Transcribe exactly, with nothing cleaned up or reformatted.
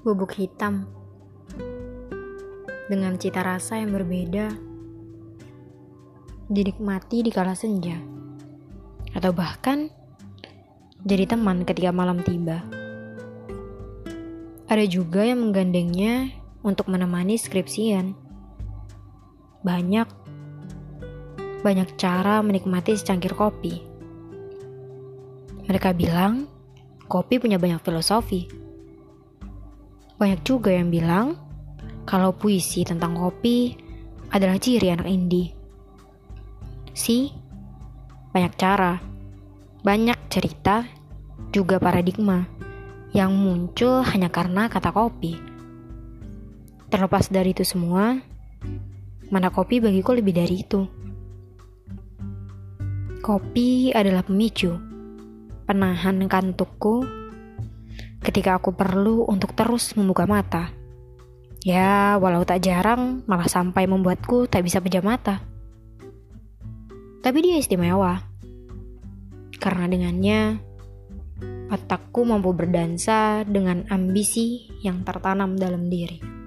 Bubuk hitam dengan cita rasa yang berbeda dinikmati di kala senja, atau bahkan jadi teman ketika malam tiba. Ada juga yang menggandengnya untuk menemani skripsian. Banyak, banyak cara menikmati secangkir kopi. Mereka bilang, kopi punya banyak filosofi. Banyak juga yang bilang, kalau puisi tentang kopi adalah ciri anak indie. Si, banyak cara, banyak cerita, juga paradigma yang muncul hanya karena kata kopi. Terlepas dari itu semua, mana kopi bagiku lebih dari itu. Kopi adalah pemicu, penahan kantukku ketika aku perlu untuk terus membuka mata. Ya, walau tak jarang malah sampai membuatku tak bisa pejam mata. Tapi dia istimewa, karena dengannya otakku mampu berdansa dengan ambisi yang tertanam dalam diri.